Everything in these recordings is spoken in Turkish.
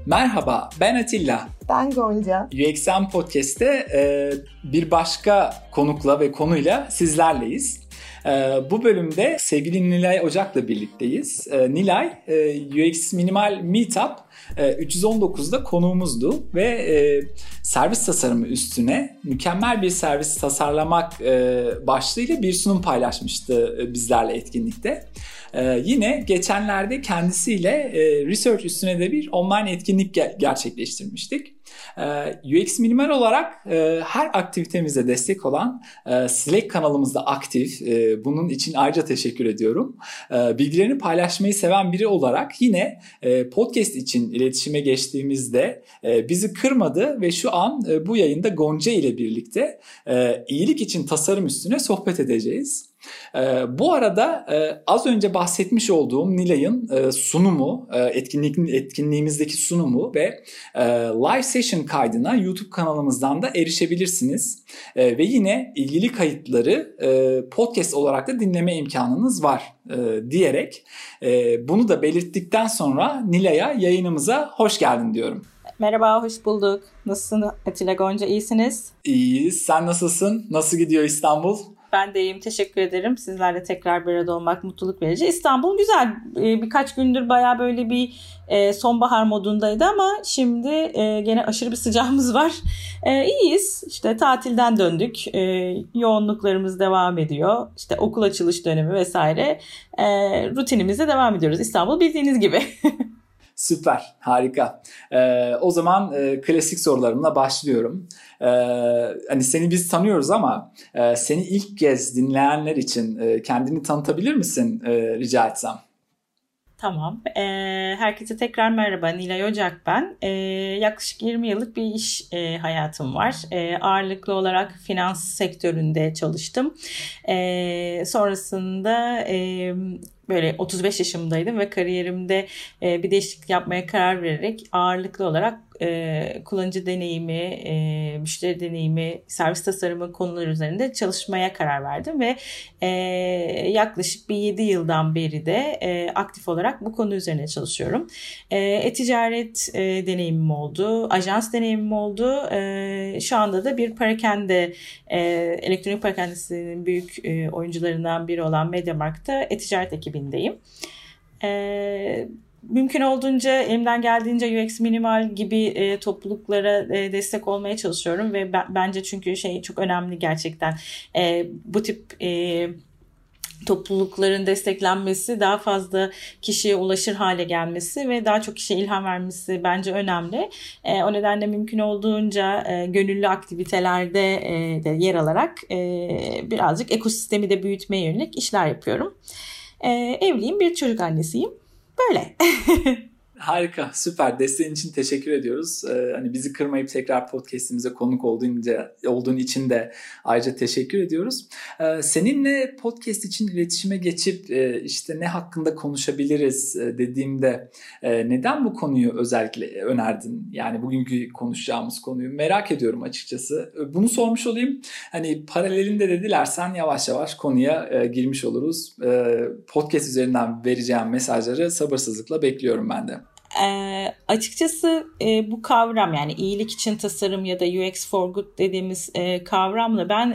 Merhaba, ben Atilla. Ben Gonca. UXM Podcast'te bir başka konukla ve konuyla sizlerleyiz. Bu bölümde sevgili Nilay Ocak'la birlikteyiz. Nilay, UX Minimal Meetup 319'da konuğumuzdu ve servis tasarımı üstüne mükemmel bir servis tasarlamak başlığıyla bir sunum paylaşmıştı bizlerle etkinlikte. Yine geçenlerde kendisiyle research üstüne de bir online etkinlik gerçekleştirmiştik. UX Minimal olarak her aktivitemize destek olan Slack kanalımızda aktif. Bunun için ayrıca teşekkür ediyorum. Bilgilerini paylaşmayı seven biri olarak yine podcast için iletişime geçtiğimizde bizi kırmadı ve şu an bu yayında Gonca ile birlikte iyilik için tasarım üstüne sohbet edeceğiz. Bu arada az önce bahsetmiş olduğum Nilay'ın sunumu, etkinliğimizdeki sunumu ve live session kaydına YouTube kanalımızdan da erişebilirsiniz. Ve yine ilgili kayıtları podcast olarak da dinleme imkanınız var diyerek bunu da belirttikten sonra Nilay'a yayınımıza hoş geldin diyorum. Merhaba, hoş bulduk. Nasılsın Atilla, Gonca, iyisiniz? İyiyiz. Sen nasılsın? Nasıl gidiyor İstanbul? Ben de iyiyim, teşekkür ederim. Sizlerle tekrar bir arada olmak mutluluk verici. İstanbul güzel. Birkaç gündür bayağı böyle bir sonbahar modundaydı ama şimdi gene aşırı bir sıcağımız var. İyiyiz. İşte tatilden döndük. Yoğunluklarımız devam ediyor. İşte okul açılış dönemi vesaire. Rutinimize devam ediyoruz. İstanbul bildiğiniz gibi. Süper, harika. O zaman klasik sorularımla başlıyorum. Hani seni biz tanıyoruz ama seni ilk kez dinleyenler için kendini tanıtabilir misin rica etsem? Tamam. Herkese tekrar merhaba. Nilay Ocak ben. Yaklaşık 20 yıllık bir iş hayatım var. Ağırlıklı olarak finans sektöründe çalıştım. Sonrasında böyle 35 yaşımdaydım ve kariyerimde bir değişiklik yapmaya karar vererek ağırlıklı olarak kullanıcı deneyimi, müşteri deneyimi, servis tasarımı konuları üzerinde çalışmaya karar verdim ve yaklaşık bir 7 yıldan beri de aktif olarak bu konu üzerine çalışıyorum. E-ticaret deneyimim oldu, ajans deneyimim oldu. Şu anda da bir parakende, elektronik parakendesinin büyük oyuncularından biri olan MediaMarkt'ta e-ticaret ekibindeyim. Mümkün olduğunca elimden geldiğince UX Minimal gibi topluluklara destek olmaya çalışıyorum ve bence çünkü çok önemli gerçekten bu tip toplulukların desteklenmesi, daha fazla kişiye ulaşır hale gelmesi ve daha çok kişiye ilham vermesi bence önemli. O nedenle mümkün olduğunca gönüllü aktivitelerde de yer alarak birazcık ekosistemi de büyütmeye yönelik işler yapıyorum. Evliyim, bir çocuk annesiyim. Böyle. Harika, süper. Desteğin için teşekkür ediyoruz. Hani bizi kırmayıp tekrar podcast'imize konuk olduğun için de ayrıca teşekkür ediyoruz. Seninle podcast için iletişime geçip işte ne hakkında konuşabiliriz dediğimde neden bu konuyu özellikle önerdin? Yani bugünkü konuşacağımız konuyu merak ediyorum açıkçası. Bunu sormuş olayım. Hani paralelinde de dilersen yavaş yavaş konuya girmiş oluruz. Podcast üzerinden vereceğim mesajları sabırsızlıkla bekliyorum ben de. Açıkçası bu kavram, yani iyilik için tasarım ya da UX for Good dediğimiz kavramla ben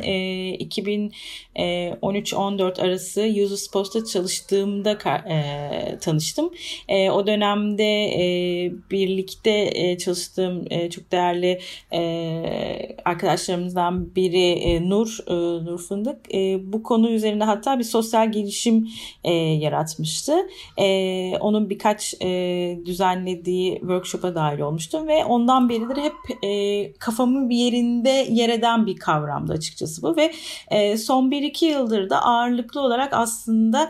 2013-14 arası Users Post'ta çalıştığımda tanıştım. O dönemde birlikte çalıştığım çok değerli arkadaşlarımızdan biri Nur Fındık bu konu üzerinde hatta bir sosyal girişim yaratmıştı. Onun birkaç düzenlediği workshop'a dahil olmuştum ve ondan beridir hep kafamın bir yerinde yer eden bir kavramdı açıkçası bu ve son 1-2 yıldır da ağırlıklı olarak aslında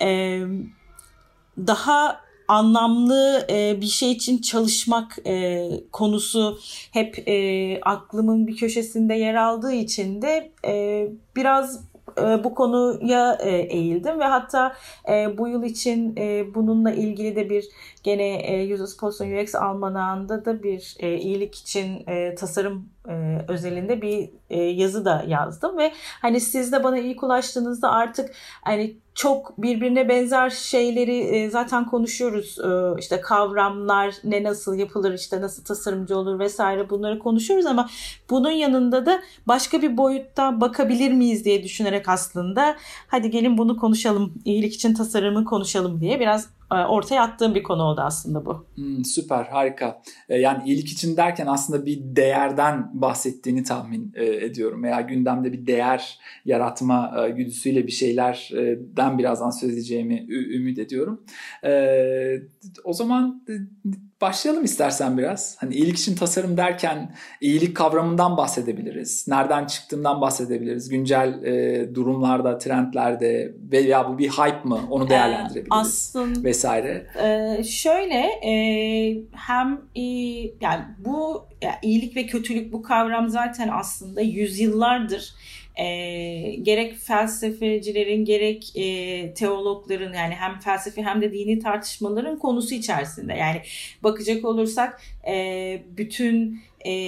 daha anlamlı bir şey için çalışmak konusu hep aklımın bir köşesinde yer aldığı için de biraz bu konuya eğildim ve hatta bu yıl için bununla ilgili de bir gene Users Post'un UX Almanağı'nda da bir iyilik için tasarım özelinde bir yazı da yazdım ve hani siz de bana ilk ulaştığınızda artık hani çok birbirine benzer şeyleri zaten konuşuyoruz. İşte kavramlar ne nasıl yapılır, işte nasıl tasarımcı olur vesaire, bunları konuşuyoruz ama bunun yanında da başka bir boyutta bakabilir miyiz diye düşünerek aslında hadi gelin bunu konuşalım, iyilik için tasarımı konuşalım diye biraz ortaya attığım bir konu oldu aslında bu. Süper, harika. Yani iyilik için derken aslında bir değerden bahsettiğini tahmin ediyorum. Veya gündemde bir değer yaratma güdüsüyle bir şeylerden birazdan söz edeceğimi ümit ediyorum. O zaman başlayalım istersen biraz. Hani iyilik için tasarım derken iyilik kavramından bahsedebiliriz. Nereden çıktığından bahsedebiliriz. Güncel durumlarda, trendlerde veya bu bir hype mı? Onu değerlendirebiliriz. Aslında vesaire. Şöyle hem yani bu iyilik ve kötülük, bu kavram zaten aslında yüzyıllardır gerek felsefecilerin gerek teologların, yani hem felsefi hem de dini tartışmaların konusu içerisinde. Yani bakacak olursak bütün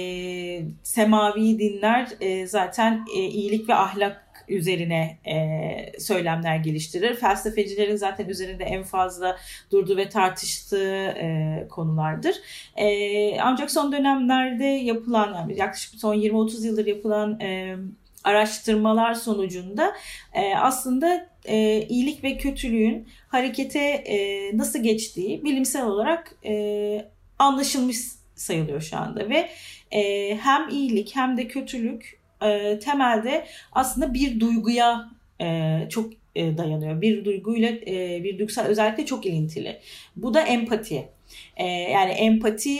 semavi dinler zaten iyilik ve ahlak üzerine söylemler geliştirir. Felsefecilerin zaten üzerinde en fazla durduğu ve tartıştığı konulardır. Ancak son dönemlerde yapılan, yani yaklaşık son 20-30 yıldır yapılan araştırmalar sonucunda aslında iyilik ve kötülüğün harekete nasıl geçtiği bilimsel olarak anlaşılmış sayılıyor şu anda ve hem iyilik hem de kötülük temelde aslında bir duyguya çok dayanıyor. Bir duyguyla, bir duygusal özellikle çok ilintili. Bu da empati. Yani empati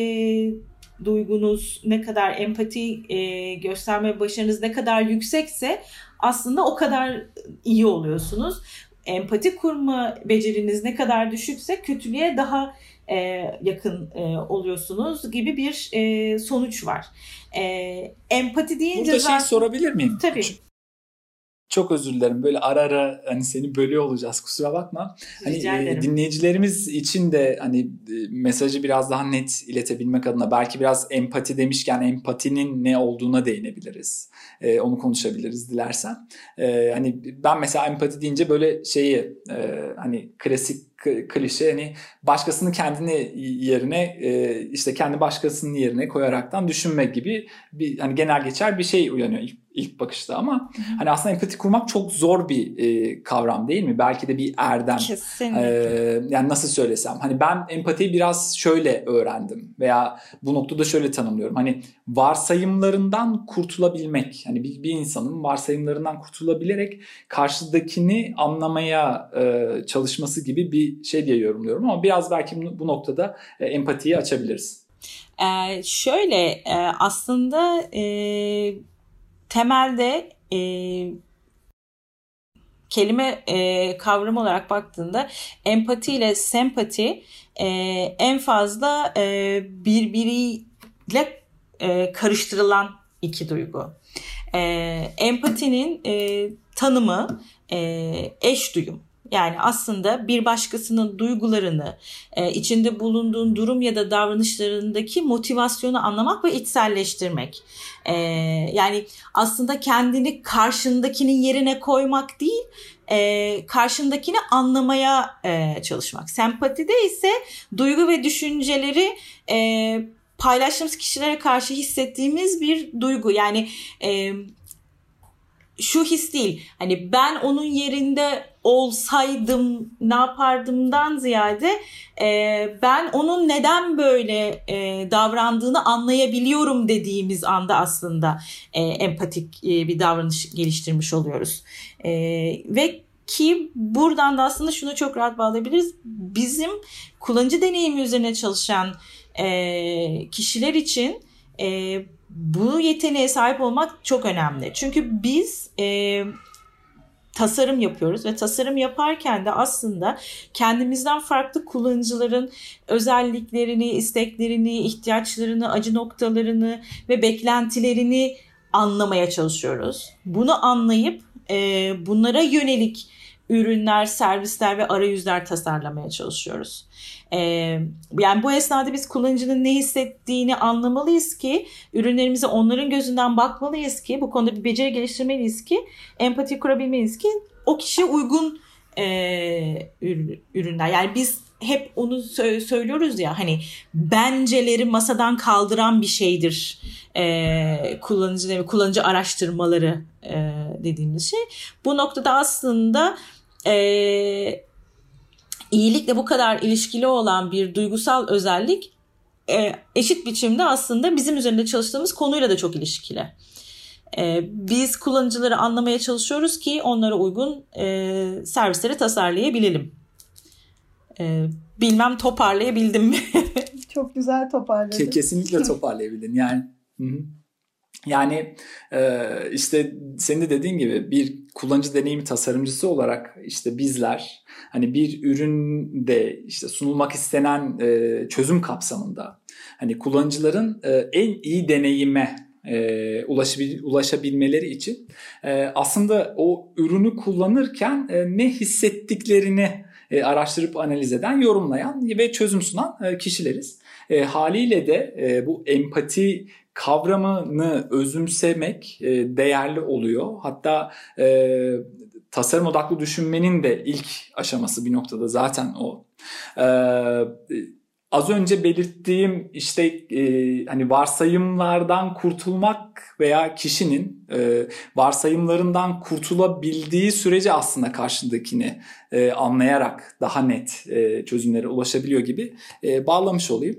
duygunuz ne kadar, empati gösterme başarınız ne kadar yüksekse aslında o kadar iyi oluyorsunuz. Empati kurma beceriniz ne kadar düşükse kötülüğe daha yakın oluyorsunuz gibi bir sonuç var. Empati deyince burada sorabilir miyim? Tabii. Çok özür dilerim. Böyle ara ara hani seni bölüyor olacağız. Kusura bakma. Hani dinleyicilerimiz için de hani mesajı biraz daha net iletebilmek adına belki biraz empati demişken empatinin ne olduğuna değinebiliriz. Onu konuşabiliriz dilersen. Hani ben mesela empati deyince böyle hani klasik klişe, hani başkasını kendini yerine işte kendi başkasının yerine koyaraktan düşünme gibi bir hani genel geçer bir şey uyanıyor ilk bakışta ama hani aslında empati kurmak çok zor bir kavram değil mi? Belki de bir erdem. Kesinlikle. Yani nasıl söylesem, hani ben empatiyi biraz şöyle öğrendim veya bu noktada şöyle tanımlıyorum. Hani varsayımlarından kurtulabilmek. Hani bir insanın varsayımlarından kurtulabilerek karşıdakini anlamaya çalışması gibi bir şey diye yorumluyorum ama biraz belki bu noktada empatiyi açabiliriz. Aslında temelde kelime kavramı olarak baktığında empati ile sempati en fazla birbiriyle karıştırılan iki duygu. Empatinin tanımı eş duyum. Yani aslında bir başkasının duygularını, içinde bulunduğun durum ya da davranışlarındaki motivasyonu anlamak ve içselleştirmek. Yani aslında kendini karşındakinin yerine koymak değil, karşındakini anlamaya çalışmak. Sempatide ise duygu ve düşünceleri paylaştığımız kişilere karşı hissettiğimiz bir duygu. Yani şu his değil, hani ben onun yerinde olsaydım ne yapardımdan ziyade ben onun neden böyle davrandığını anlayabiliyorum dediğimiz anda aslında empatik bir davranış geliştirmiş oluyoruz. Ve ki buradan da aslında şunu çok rahat bağlayabiliriz. Bizim kullanıcı deneyimi üzerine çalışan kişiler için bu yeteneğe sahip olmak çok önemli. Çünkü biz tasarım yapıyoruz ve tasarım yaparken de aslında kendimizden farklı kullanıcıların özelliklerini, isteklerini, ihtiyaçlarını, acı noktalarını ve beklentilerini anlamaya çalışıyoruz. Bunu anlayıp bunlara yönelik ürünler, servisler ve arayüzler tasarlamaya çalışıyoruz. Yani bu esnada biz kullanıcının ne hissettiğini anlamalıyız ki, ürünlerimize onların gözünden bakmalıyız ki, bu konuda bir beceri geliştirmeliyiz ki, empati kurabilmeliyiz ki o kişiye uygun ürünler. Yani biz hep onu söylüyoruz ya, hani benceleri masadan kaldıran bir şeydir kullanıcı araştırmaları dediğimiz şey. Bu noktada aslında iyilikle bu kadar ilişkili olan bir duygusal özellik eşit biçimde aslında bizim üzerinde çalıştığımız konuyla da çok ilişkili. Biz kullanıcıları anlamaya çalışıyoruz ki onlara uygun servisleri tasarlayabilelim. Bilmem toparlayabildim mi? Çok güzel toparladın. Kesinlikle toparlayabildin. Yani işte senin de dediğin gibi bir kullanıcı deneyimi tasarımcısı olarak işte bizler hani bir üründe işte sunulmak istenen çözüm kapsamında hani kullanıcıların en iyi deneyime ulaşabilmeleri için aslında o ürünü kullanırken ne hissettiklerini araştırıp analiz eden, yorumlayan ve çözüm sunan kişileriz. Haliyle de bu empati kavramını özümsemek değerli oluyor. Hatta tasarım odaklı düşünmenin de ilk aşaması bir noktada zaten o. Az önce belirttiğim işte hani varsayımlardan kurtulmak veya kişinin varsayımlarından kurtulabildiği sürece aslında karşındakini anlayarak daha net çözümlere ulaşabiliyor gibi bağlamış olayım.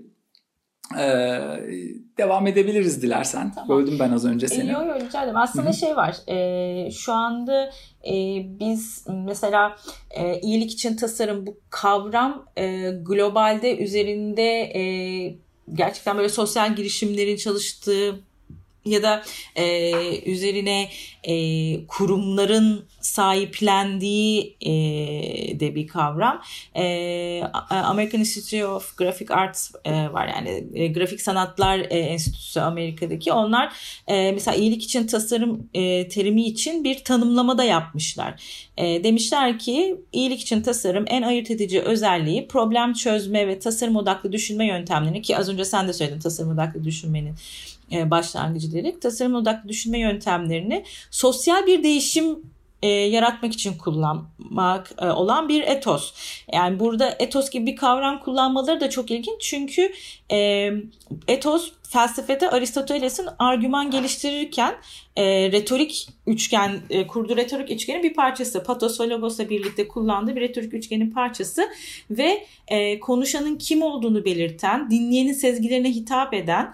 Devam edebiliriz dilersen. Tamam. Böldüm ben az önce seni. Yok rica ederim. Aslında şey var. Şu anda biz mesela iyilik için tasarım bu kavram globalde üzerinde gerçekten böyle sosyal girişimlerin çalıştığı ya da üzerine kurumların sahiplendiği de bir kavram. American Institute of Graphic Arts var, yani Grafik Sanatlar Enstitüsü Amerika'daki. Onlar mesela iyilik için tasarım terimi için bir tanımlama da yapmışlar. Demişler ki iyilik için tasarım en ayırt edici özelliği problem çözme ve tasarım odaklı düşünme yöntemlerini, ki az önce sen de söyledin tasarım odaklı düşünmenin başlangıcı diyerek, tasarım odaklı düşünme yöntemlerini sosyal bir değişim yaratmak için kullanmak olan bir etos. Yani burada etos gibi bir kavram kullanmaları da çok ilginç. Çünkü etos felsefede Aristoteles'in argüman geliştirirken retorik üçgen kurduğu retorik üçgenin bir parçası. Patos ve logosla birlikte kullandığı bir retorik üçgenin parçası ve konuşanın kim olduğunu belirten, dinleyenin sezgilerine hitap eden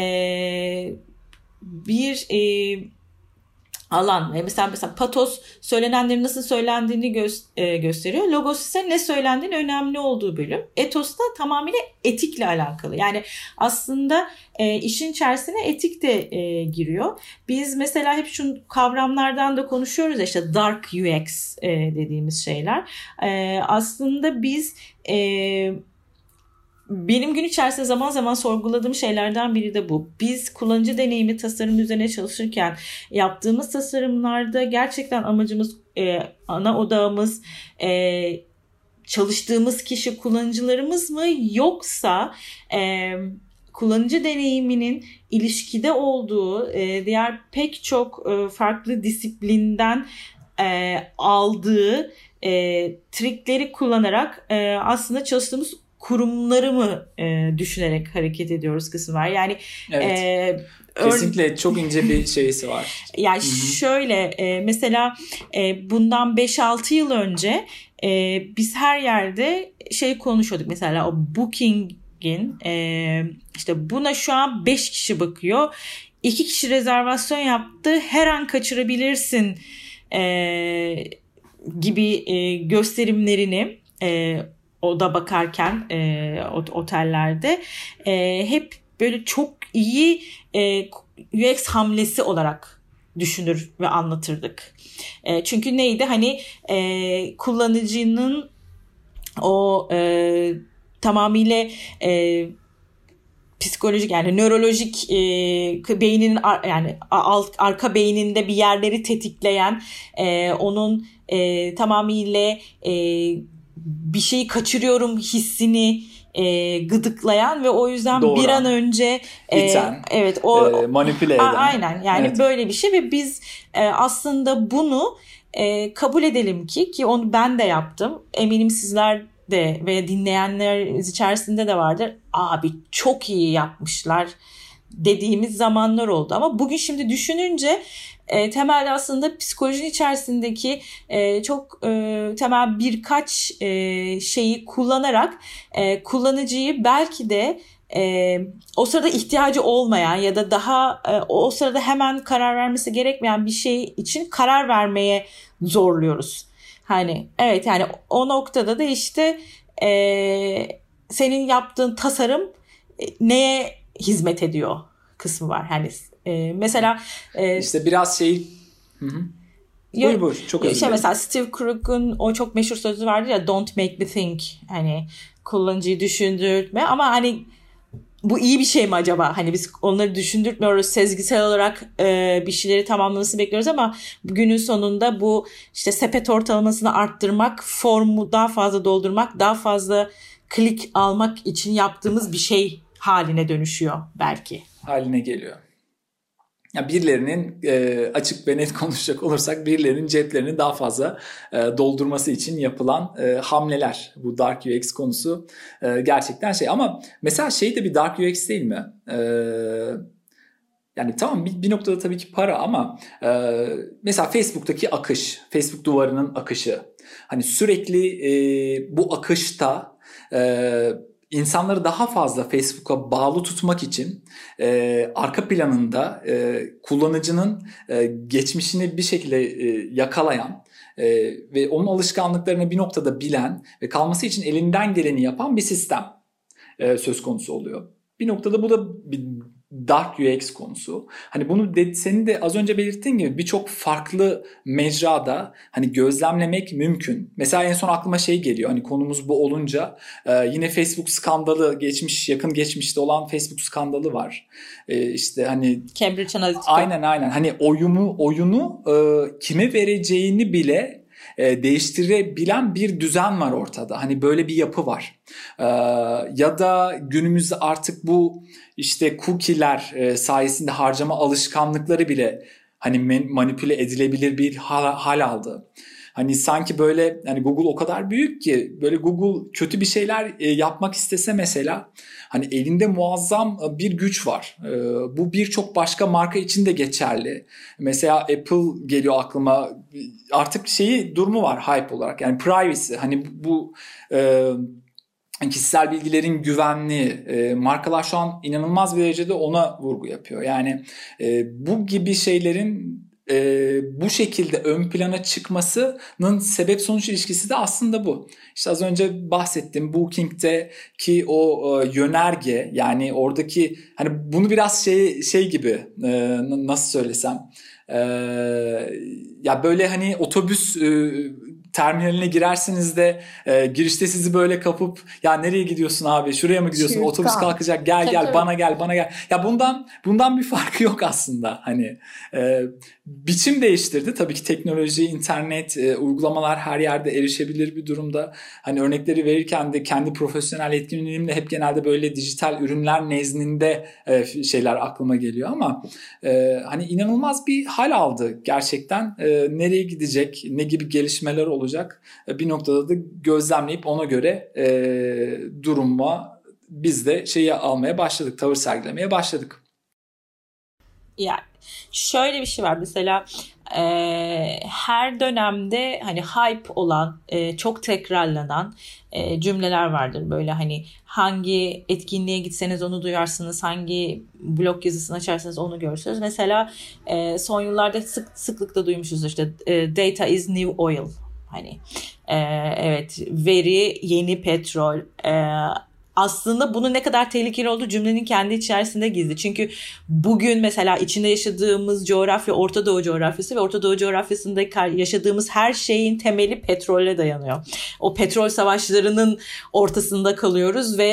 bir alan. Mesela patos söylenenlerin nasıl söylendiğini gösteriyor. Logos ise ne söylendiğinin önemli olduğu bölüm. Etos da tamamıyla etikle alakalı. Yani aslında işin içerisine etik de giriyor. Biz mesela hep şu kavramlardan da konuşuyoruz ya, işte dark UX dediğimiz şeyler. Aslında biz benim gün içerisinde zaman zaman sorguladığım şeylerden biri de bu. Biz kullanıcı deneyimi tasarım üzerine çalışırken yaptığımız tasarımlarda gerçekten amacımız, ana odağımız çalıştığımız kişi kullanıcılarımız mı, yoksa kullanıcı deneyiminin ilişkide olduğu diğer pek çok farklı disiplinden aldığı trikleri kullanarak aslında çalıştığımız kurumları mı düşünerek hareket ediyoruz kısmı var. Yani evet. Kesinlikle çok ince bir şeysi var. Yani şöyle mesela bundan 5-6 yıl önce biz her yerde konuşuyorduk. Mesela o Booking'in işte buna şu an 5 kişi bakıyor. 2 kişi rezervasyon yaptı. Her an kaçırabilirsin gibi gösterimlerini oda bakarken otellerde hep böyle çok iyi UX hamlesi olarak düşünür ve anlatırdık. Çünkü neydi? Hani kullanıcının o tamamıyla psikolojik yani nörolojik beyninin yani arka beyninde bir yerleri tetikleyen onun tamamıyla bir şeyi kaçırıyorum hissini gıdıklayan ve o yüzden doğru. Bir an önce evet o manipüle eden. Aynen yani evet. Böyle bir şey ve biz aslında bunu kabul edelim ki onu ben de yaptım. Eminim sizler de ve dinleyenlerimiz içerisinde de vardır. Abi çok iyi yapmışlar dediğimiz zamanlar oldu ama bugün şimdi düşününce temelde aslında psikolojinin içerisindeki çok temel birkaç şeyi kullanarak kullanıcıyı belki de o sırada ihtiyacı olmayan ya da daha o sırada hemen karar vermesi gerekmeyen bir şey için karar vermeye zorluyoruz. Hani evet yani o noktada da işte senin yaptığın tasarım neye hizmet ediyor kısmı var. Hani mesela işte biraz şey buyur çok özür dilerim. Mesela Steve Krug'un o çok meşhur sözü vardı ya, don't make me think, hani kullanıcıyı düşündürtme ama hani bu iyi bir şey mi acaba? Hani biz onları düşündürtmüyoruz, sezgisel olarak bir şeyleri tamamlamasını bekliyoruz ama günün sonunda bu işte sepet ortalamasını arttırmak, formu daha fazla doldurmak, daha fazla klik almak için yaptığımız bir şey haline dönüşüyor belki. Haline geliyor. Ya birilerinin açık ve net konuşacak olursak birilerinin ceplerini daha fazla doldurması için yapılan hamleler. Bu Dark UX konusu gerçekten şey. Ama mesela şey de bir Dark UX değil mi? Yani tamam bir noktada tabii ki para ama mesela Facebook'taki akış, Facebook duvarının akışı. Hani sürekli bu akışta İnsanları daha fazla Facebook'a bağlı tutmak için arka planında kullanıcının geçmişini bir şekilde yakalayan ve onun alışkanlıklarını bir noktada bilen ve kalması için elinden geleni yapan bir sistem söz konusu oluyor. Bir noktada bu da bir Dark UX konusu. Hani bunu senin de az önce belirttiğin gibi birçok farklı mecrada hani gözlemlemek mümkün. Mesela en son aklıma şey geliyor. Hani konumuz bu olunca yine Facebook skandalı yakın geçmişte olan Facebook skandalı var. İşte hani Cambridge Analytica. Aynen. Hani oyunu kime vereceğini bile değiştirebilen bir düzen var ortada. Hani böyle bir yapı var. Ya da günümüzde artık bu işte cookie'ler sayesinde harcama alışkanlıkları bile hani manipüle edilebilir bir hal aldı. Hani sanki böyle hani Google o kadar büyük ki böyle Google kötü bir şeyler yapmak istese mesela hani elinde muazzam bir güç var. Bu birçok başka marka için de geçerli. Mesela Apple geliyor aklıma, artık durumu var hype olarak, yani privacy, hani bu kişisel bilgilerin güvenliği, markalar şu an inanılmaz bir derecede ona vurgu yapıyor. Yani bu gibi şeylerin bu şekilde ön plana çıkmasının sebep sonuç ilişkisi de aslında bu. İşte az önce bahsettiğim Booking'deki o yönerge, yani oradaki hani bunu biraz şey gibi nasıl söylesem, ya böyle hani otobüs terminaline girersiniz de girişte sizi böyle kapıp ya nereye gidiyorsun abi, şuraya mı gidiyorsun, otobüs kalkacak, gel bana gel. Ya bundan bir farkı yok aslında. Hani biçim değiştirdi tabii ki teknoloji, internet, uygulamalar her yerde erişebilir bir durumda. Hani örnekleri verirken de kendi profesyonel yetkinliğimle hep genelde böyle dijital ürünler nezdinde şeyler aklıma geliyor ama hani inanılmaz bir hal aldı gerçekten. Nereye gidecek, ne gibi gelişmeler olacak bir noktada da gözlemleyip ona göre duruma biz de almaya başladık, tavır sergilemeye başladık. Yani şöyle bir şey var mesela, her dönemde hani hype olan, çok tekrarlanan cümleler vardır. Böyle hani hangi etkinliğe gitseniz onu duyarsınız, hangi blog yazısını açarsanız onu görürsünüz. Mesela son yıllarda sıklıkla duymuşuz işte data is new oil. Hani evet, veri yeni petrol. Aslında bunun ne kadar tehlikeli olduğu cümlenin kendi içerisinde gizli. Çünkü bugün mesela içinde yaşadığımız coğrafya Orta Doğu coğrafyası ve Orta Doğu coğrafyasında yaşadığımız her şeyin temeli petrole dayanıyor. O petrol savaşlarının ortasında kalıyoruz ve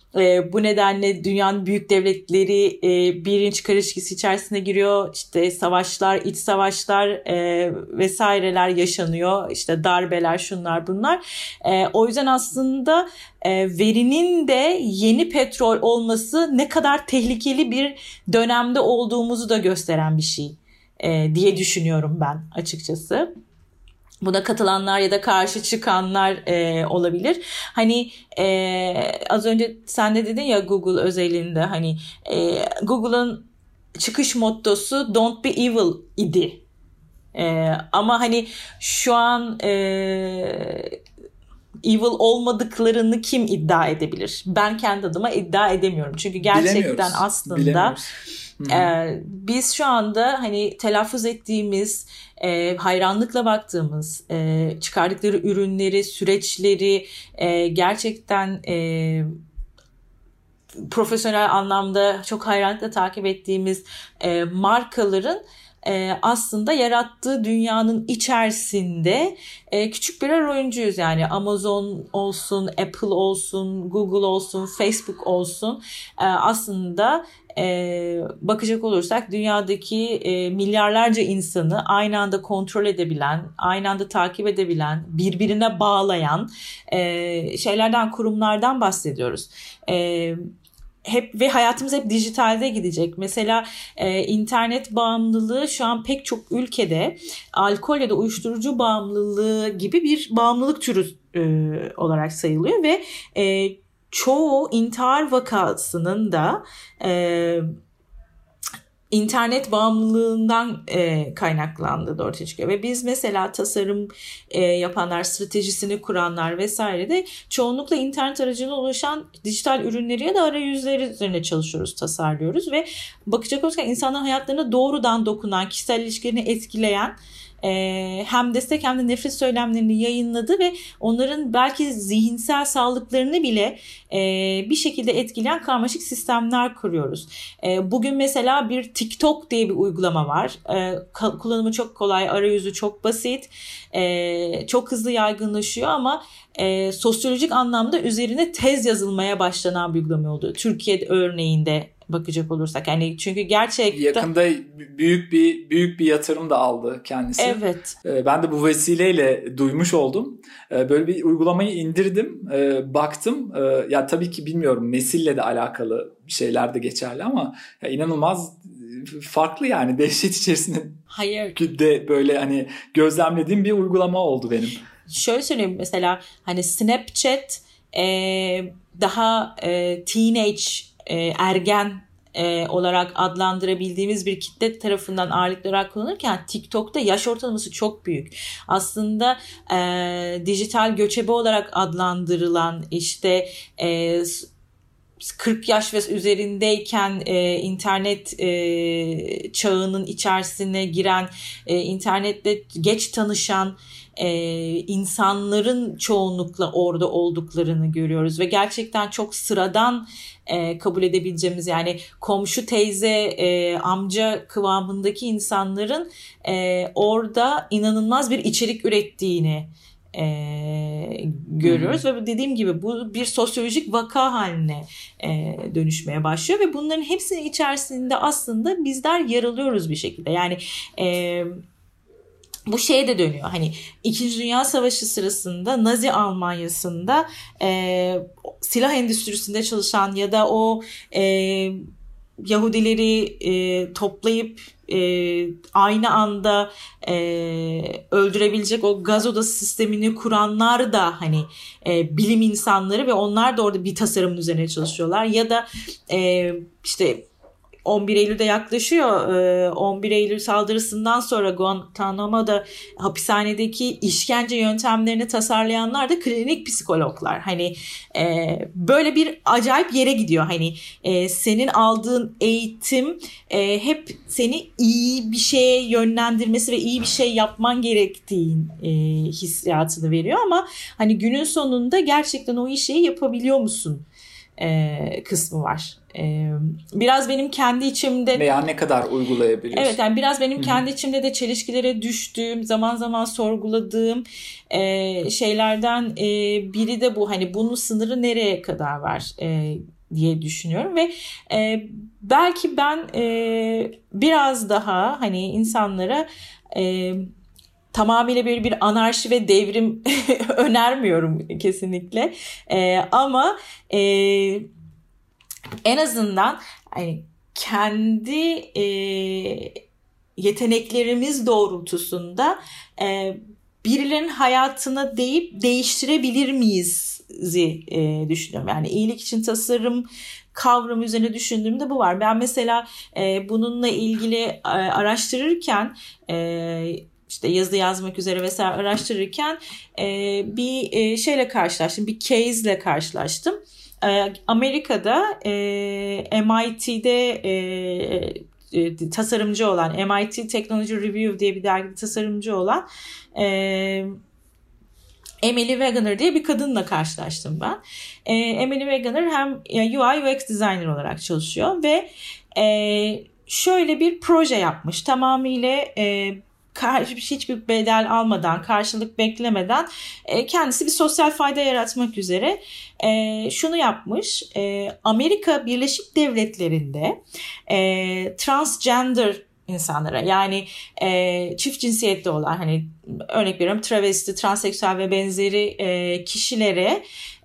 Bu nedenle dünyanın büyük devletleri bilinç karışıklığı içerisine giriyor. İşte savaşlar, iç savaşlar vesaireler yaşanıyor. İşte darbeler, şunlar bunlar. O yüzden aslında verinin de yeni petrol olması ne kadar tehlikeli bir dönemde olduğumuzu da gösteren bir şey diye düşünüyorum ben açıkçası. Buna katılanlar ya da karşı çıkanlar olabilir. Hani az önce sen de dedin ya Google özelinde hani Google'ın çıkış mottosu "Don't be evil" idi. Ama hani şu an evil olmadıklarını kim iddia edebilir? Ben kendi adıma iddia edemiyorum. Çünkü gerçekten aslında biz şu anda hani telaffuz ettiğimiz, hayranlıkla baktığımız, çıkardıkları ürünleri, süreçleri gerçekten profesyonel anlamda çok hayranlıkla takip ettiğimiz markaların aslında yarattığı dünyanın içerisinde küçük birer oyuncuyuz. Yani Amazon olsun, Apple olsun, Google olsun, Facebook olsun, aslında bakacak olursak dünyadaki milyarlarca insanı aynı anda kontrol edebilen, aynı anda takip edebilen, birbirine bağlayan şeylerden, kurumlardan bahsediyoruz. Hep ve hayatımız hep dijitalde gidecek. Mesela internet bağımlılığı şu an pek çok ülkede alkol ya da uyuşturucu bağımlılığı gibi bir bağımlılık türü olarak sayılıyor ve çoğu intihar vakasının da internet bağımlılığından kaynaklandığı da ortaya çıkıyor. Ve biz mesela tasarım yapanlar, stratejisini kuranlar vesaire de çoğunlukla internet aracılığıyla ulaşan dijital ürünleri ya da arayüzleri üzerine çalışıyoruz, tasarlıyoruz ve bakacak olursak insanların hayatlarına doğrudan dokunan, kişisel ilişkilerini etkileyen, hem destek hem de nefret söylemlerini yayınladı ve onların belki zihinsel sağlıklarını bile bir şekilde etkileyen karmaşık sistemler kuruyoruz. Bugün mesela bir TikTok diye bir uygulama var. Kullanımı çok kolay, arayüzü çok basit, çok hızlı yaygınlaşıyor ama sosyolojik anlamda üzerine tez yazılmaya başlanan bir uygulama oldu. Türkiye örneğinde bakacak olursak, yani çünkü gerçekten yakında büyük bir yatırım da aldı kendisi. Evet. Ben de bu vesileyle duymuş oldum. Böyle bir uygulamayı indirdim, baktım. Ya tabii ki bilmiyorum, nesille de alakalı bir şeyler de geçerli ama ya inanılmaz farklı, yani dehşet içerisinde. Hayır. De böyle hani gözlemlediğim bir uygulama oldu benim. Şöyle söyleyeyim, mesela hani Snapchat daha teenage, ergen olarak adlandırabildiğimiz bir kitle tarafından ağırlıklı olarak kullanılırken TikTok'ta yaş ortalaması çok büyük. Aslında dijital göçebe olarak adlandırılan, işte 40 yaş ve üzerindeyken internet çağının içerisine giren, internetle geç tanışan insanların çoğunlukla orada olduklarını görüyoruz ve gerçekten çok sıradan kabul edebileceğimiz, yani komşu, teyze, amca kıvamındaki insanların orada inanılmaz bir içerik ürettiğini görüyoruz ve dediğim gibi bu bir sosyolojik vaka haline dönüşmeye başlıyor ve bunların hepsinin içerisinde aslında bizler yer alıyoruz bir şekilde. Yani bu şeye de dönüyor. Hani İkinci Dünya Savaşı sırasında Nazi Almanya'sında silah endüstrisinde çalışan ya da o Yahudileri toplayıp aynı anda öldürebilecek o gaz odası sistemini kuranlar da hani bilim insanları ve onlar da orada bir tasarımın üzerine çalışıyorlar. Ya da işte 11 Eylül'de yaklaşıyor. 11 Eylül saldırısından sonra Guantanamo'da hapishanedeki işkence yöntemlerini tasarlayanlar da klinik psikologlar. Hani böyle bir acayip yere gidiyor. Hani senin aldığın eğitim hep seni iyi bir şeye yönlendirmesi ve iyi bir şey yapman gerektiğin hissiyatını veriyor ama hani günün sonunda gerçekten o işi yapabiliyor musun kısmı var. Biraz benim kendi içimde veya ne kadar uygulayabiliyorsun? Evet, yani biraz benim kendi içimde de çelişkilere düştüğüm, zaman zaman sorguladığım şeylerden biri de bu. Hani bunun sınırı nereye kadar var? diye düşünüyorum ve belki ben biraz daha hani insanlara tamamıyla bir anarşi ve devrim önermiyorum kesinlikle, ama en azından hani kendi yeteneklerimiz doğrultusunda birilerinin hayatına deyip değiştirebilir miyiz düşünüyorum. Yani iyilik için tasarım kavramı üzerine düşündüğümde bu var. Ben mesela bununla ilgili araştırırken, işte yazı yazmak üzere vesaire araştırırken bir şeyle karşılaştım, bir case'le karşılaştım. Amerika'da MIT'de tasarımcı olan, MIT Technology Review diye bir dergide tasarımcı olan Emily Wegener diye bir kadınla karşılaştım ben. Emily Wegener hem UI UX designer olarak çalışıyor ve şöyle bir proje yapmış. Tamamıyla hiçbir bedel almadan, karşılık beklemeden kendisi bir sosyal fayda yaratmak üzere şunu yapmış. Amerika Birleşik Devletleri'nde transgender insanlara, yani çift cinsiyette olan, hani örnek veriyorum travesti, transseksüel ve benzeri kişilere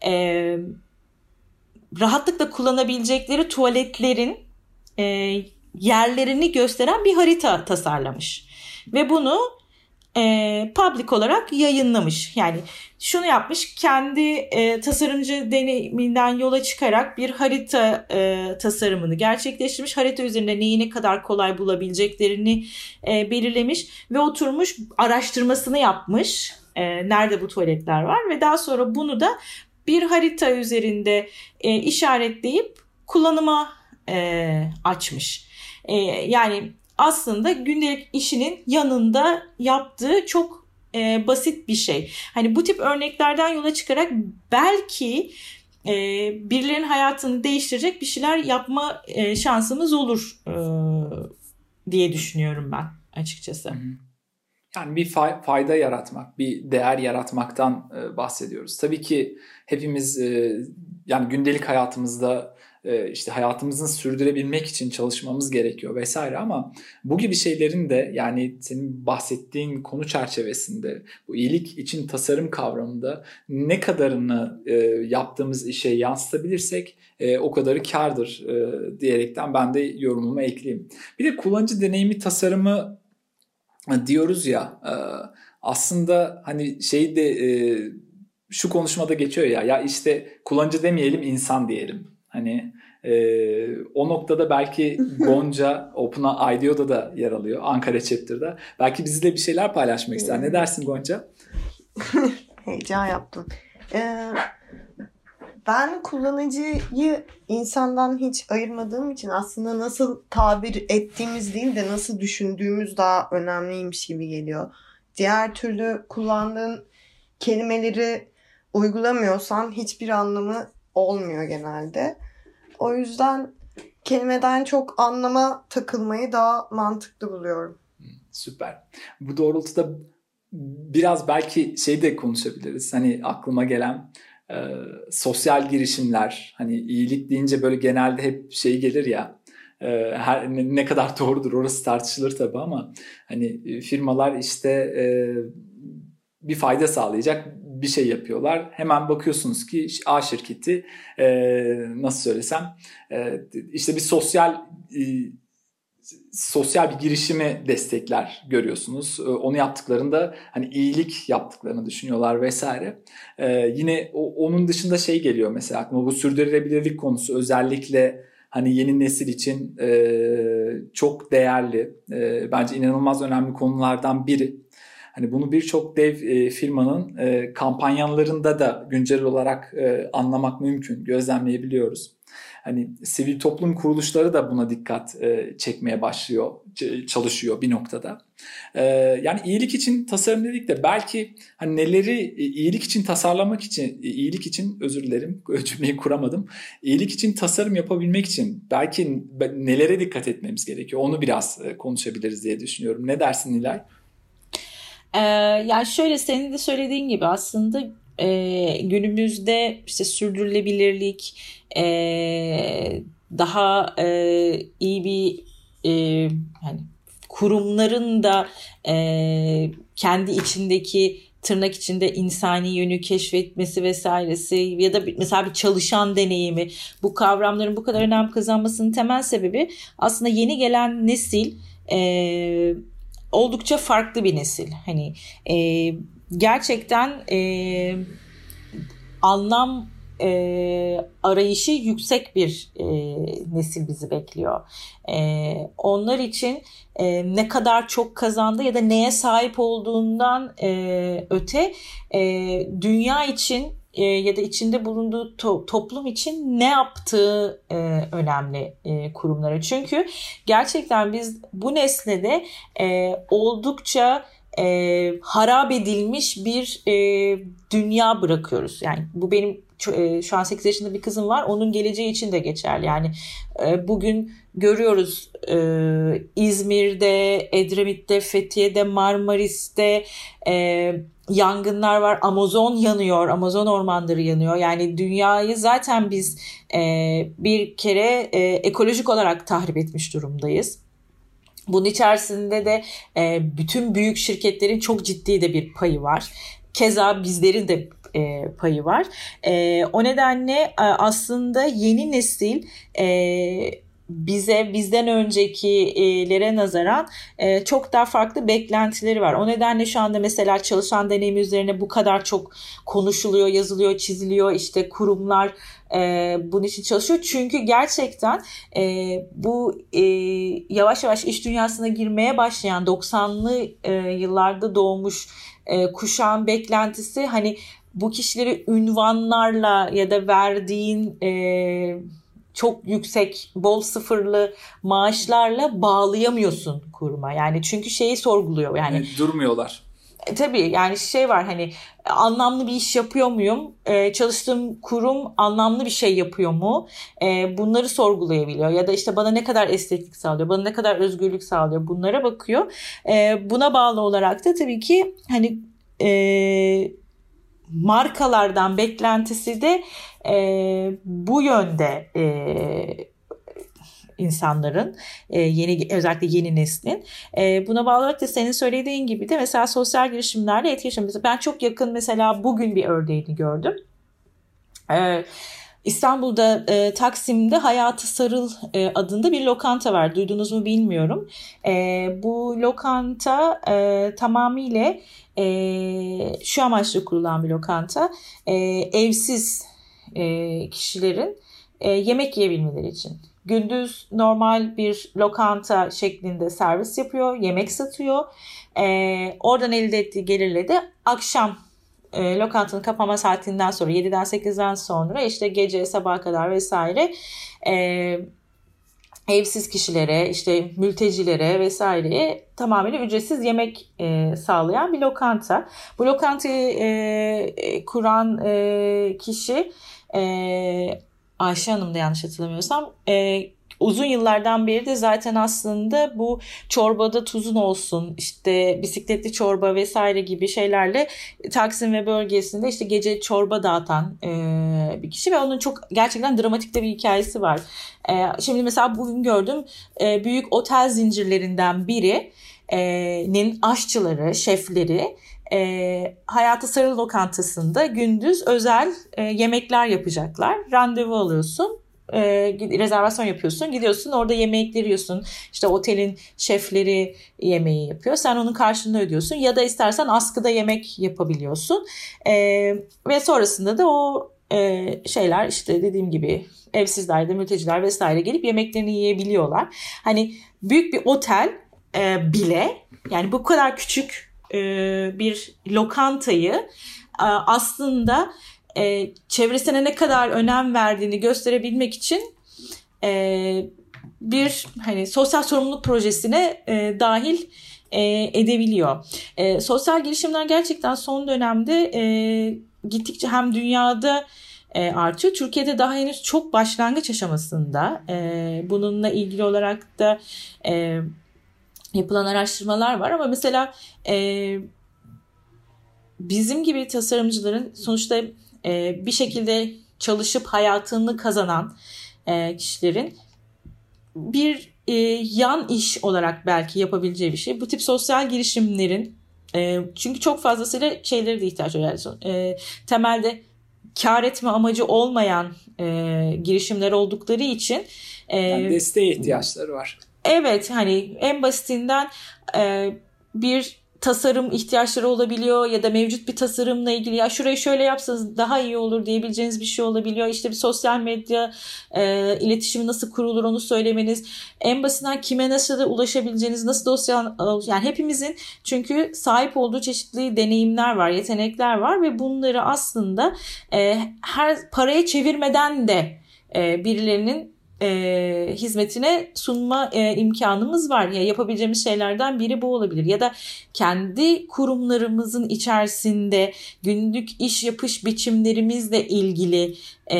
rahatlıkla kullanabilecekleri tuvaletlerin yerlerini gösteren bir harita tasarlamış. Ve bunu public olarak yayınlamış. Yani şunu yapmış, kendi tasarımcı deneyiminden yola çıkarak bir harita tasarımını gerçekleştirmiş. Harita üzerinde neyi ne kadar kolay bulabileceklerini belirlemiş ve oturmuş araştırmasını yapmış. Nerede bu tuvaletler var ve daha sonra bunu da bir harita üzerinde işaretleyip kullanıma açmış. Yani aslında gündelik işinin yanında yaptığı çok basit bir şey. Hani bu tip örneklerden yola çıkarak belki birilerinin hayatını değiştirecek bir şeyler yapma şansımız olur diye düşünüyorum ben açıkçası. Yani bir fayda yaratmak, bir değer yaratmaktan bahsediyoruz. Tabii ki hepimiz yani gündelik hayatımızda işte hayatımızı sürdürebilmek için çalışmamız gerekiyor vesaire, ama bu gibi şeylerin de, yani senin bahsettiğin konu çerçevesinde bu iyilik için tasarım kavramında ne kadarını yaptığımız işe yansıtabilirsek o kadarı kârdır diyerekten ben de yorumumu ekleyeyim. Bir de kullanıcı deneyimi tasarımı diyoruz ya, aslında hani şey de şu konuşmada geçiyor ya işte kullanıcı demeyelim, insan diyelim. Hani o noktada belki Gonca Open IDEO'da da yer alıyor, Ankara Chapter'da. Belki bizle bir şeyler paylaşmak ister. Ne dersin Gonca? Heyecan yaptım. Ben kullanıcıyı insandan hiç ayırmadığım için aslında nasıl tabir ettiğimiz değil de nasıl düşündüğümüz daha önemliymiş gibi geliyor. Diğer türlü kullandığın kelimeleri uygulamıyorsan hiçbir anlamı olmuyor genelde. O yüzden kelimeden çok anlama takılmayı daha mantıklı buluyorum. Süper. Bu doğrultuda biraz belki şey de konuşabiliriz. Hani aklıma gelen sosyal girişimler, hani iyilik deyince böyle genelde hep şey gelir ya, ne kadar doğrudur orası tartışılır tabii, ama hani firmalar işte bir fayda sağlayacak bir şey yapıyorlar. Hemen bakıyorsunuz ki A şirketi nasıl söylesem işte bir sosyal bir girişimi destekler görüyorsunuz. Onu yaptıklarında hani iyilik yaptıklarını düşünüyorlar vesaire. Yine onun dışında şey geliyor mesela aklıma, bu sürdürülebilirlik konusu özellikle hani yeni nesil için çok değerli, bence inanılmaz önemli konulardan biri. Hani bunu birçok dev firmanın kampanyalarında da güncel olarak anlamak mümkün, gözlemleyebiliyoruz. Hani sivil toplum kuruluşları da buna dikkat çekmeye başlıyor, çalışıyor bir noktada. Yani iyilik için tasarım dedik de belki hani neleri iyilik için tasarlamak için, iyilik için özür dilerim cümleyi kuramadım. İyilik için tasarım yapabilmek için belki nelere dikkat etmemiz gerekiyor? Onu biraz konuşabiliriz diye düşünüyorum. Ne dersin Nilay? Yani şöyle, senin de söylediğin gibi aslında günümüzde işte sürdürülebilirlik, daha iyi bir yani kurumların da kendi içindeki tırnak içinde insani yönü keşfetmesi vesairesi ya da mesela bir çalışan deneyimi, bu kavramların bu kadar önem kazanmasının temel sebebi aslında yeni gelen nesil oldukça farklı bir nesil. Hani gerçekten anlam arayışı yüksek bir nesil bizi bekliyor. Onlar için ne kadar çok kazandı ya da neye sahip olduğundan öte dünya için ya da içinde bulunduğu toplum için ne yaptığı önemli kurumlara. Çünkü gerçekten biz bu nesnede oldukça harap edilmiş bir dünya bırakıyoruz. Yani bu benim şu an 8 yaşında bir kızım var. Onun geleceği için de geçerli. Yani bugün görüyoruz İzmir'de, Edremit'te, Fethiye'de, Marmaris'te yangınlar var. Amazon yanıyor. Amazon ormanları yanıyor. Yani dünyayı zaten biz bir kere ekolojik olarak tahrip etmiş durumdayız. Bunun içerisinde de bütün büyük şirketlerin çok ciddi de bir payı var. Keza bizlerin de payı var. O nedenle aslında yeni nesil bizden öncekilere nazaran çok daha farklı beklentileri var. O nedenle şu anda mesela çalışan deneyimi üzerine bu kadar çok konuşuluyor, yazılıyor, çiziliyor. İşte kurumlar bunun için çalışıyor. Çünkü gerçekten bu yavaş yavaş iş dünyasına girmeye başlayan 90'lı yıllarda doğmuş kuşağın beklentisi, hani bu kişileri ünvanlarla ya da verdiğin çok yüksek, bol sıfırlı maaşlarla bağlayamıyorsun kuruma. Yani çünkü şeyi sorguluyor. Yani durmuyorlar. Tabii yani şey var, hani anlamlı bir iş yapıyor muyum? Çalıştığım kurum anlamlı bir şey yapıyor mu? Bunları sorgulayabiliyor. Ya da işte bana ne kadar esneklik sağlıyor? Bana ne kadar özgürlük sağlıyor? Bunlara bakıyor. Buna bağlı olarak da tabii ki hani markalardan beklentisi de bu yönde insanların, özellikle yeni neslin. Buna bağlı olarak da senin söylediğin gibi de mesela sosyal girişimlerle etkileşim. Ben çok yakın mesela bugün bir örneğini gördüm. İstanbul'da Taksim'de Hayatı Sarıl adında bir lokanta var. Duydunuz mu bilmiyorum. Bu lokanta tamamıyla şu amaçla kurulan bir lokanta. Evsiz kişilerin yemek yiyebilmeleri için. Gündüz normal bir lokanta şeklinde servis yapıyor, yemek satıyor. Oradan elde ettiği gelirle de akşam lokantanın kapama saatinden sonra 7'den 8'den sonra işte gece sabaha kadar vesaire evsiz kişilere, işte mültecilere vesaireye tamamen ücretsiz yemek sağlayan bir lokanta. Bu lokantayı kuran kişi Ayşe Hanım da yanlış hatırlamıyorsam uzun yıllardan beri de zaten aslında bu çorbada tuzun olsun, işte bisikletli çorba vesaire gibi şeylerle Taksim ve bölgesinde işte gece çorba dağıtan bir kişi ve onun çok gerçekten dramatik de bir hikayesi var. Şimdi mesela bugün gördüm, büyük otel zincirlerinden birinin aşçıları, şefleri Hayatı Sarıl lokantasında gündüz özel yemekler yapacaklar. Randevu alıyorsun. Rezervasyon yapıyorsun, gidiyorsun, orada yemekleri yiyorsun. İşte otelin şefleri yemeği yapıyor, sen onun karşılığını ödüyorsun ya da istersen askıda yemek yapabiliyorsun ve sonrasında da o şeyler, işte dediğim gibi evsizler de mülteciler vesaire gelip yemeklerini yiyebiliyorlar. Hani büyük bir otel bile, yani bu kadar küçük bir lokantayı aslında çevresine ne kadar önem verdiğini gösterebilmek için bir hani sosyal sorumluluk projesine dahil edebiliyor. Sosyal girişimler gerçekten son dönemde gittikçe hem dünyada artıyor. Türkiye'de daha henüz çok başlangıç aşamasında. Bununla ilgili olarak da yapılan araştırmalar var ama mesela bizim gibi tasarımcıların sonuçta bir şekilde çalışıp hayatını kazanan kişilerin bir yan iş olarak belki yapabileceği bir şey. Bu tip sosyal girişimlerin çünkü çok fazlasıyla şeylere de ihtiyaç var. Yani, temelde kar etme amacı olmayan girişimler oldukları için yani desteğe ihtiyaçları var. Evet, hani en basitinden bir tasarım ihtiyaçları olabiliyor ya da mevcut bir tasarımla ilgili ya şurayı şöyle yapsanız daha iyi olur diyebileceğiniz bir şey olabiliyor. İşte bir sosyal medya iletişimi nasıl kurulur onu söylemeniz, en basitinden kime nasıl da ulaşabileceğiniz, nasıl dosya, yani hepimizin çünkü sahip olduğu çeşitli deneyimler var, yetenekler var ve bunları aslında her paraya çevirmeden de birilerinin hizmetine sunma imkanımız var. Ya yapabileceğimiz şeylerden biri bu olabilir. Ya da kendi kurumlarımızın içerisinde günlük iş yapış biçimlerimizle ilgili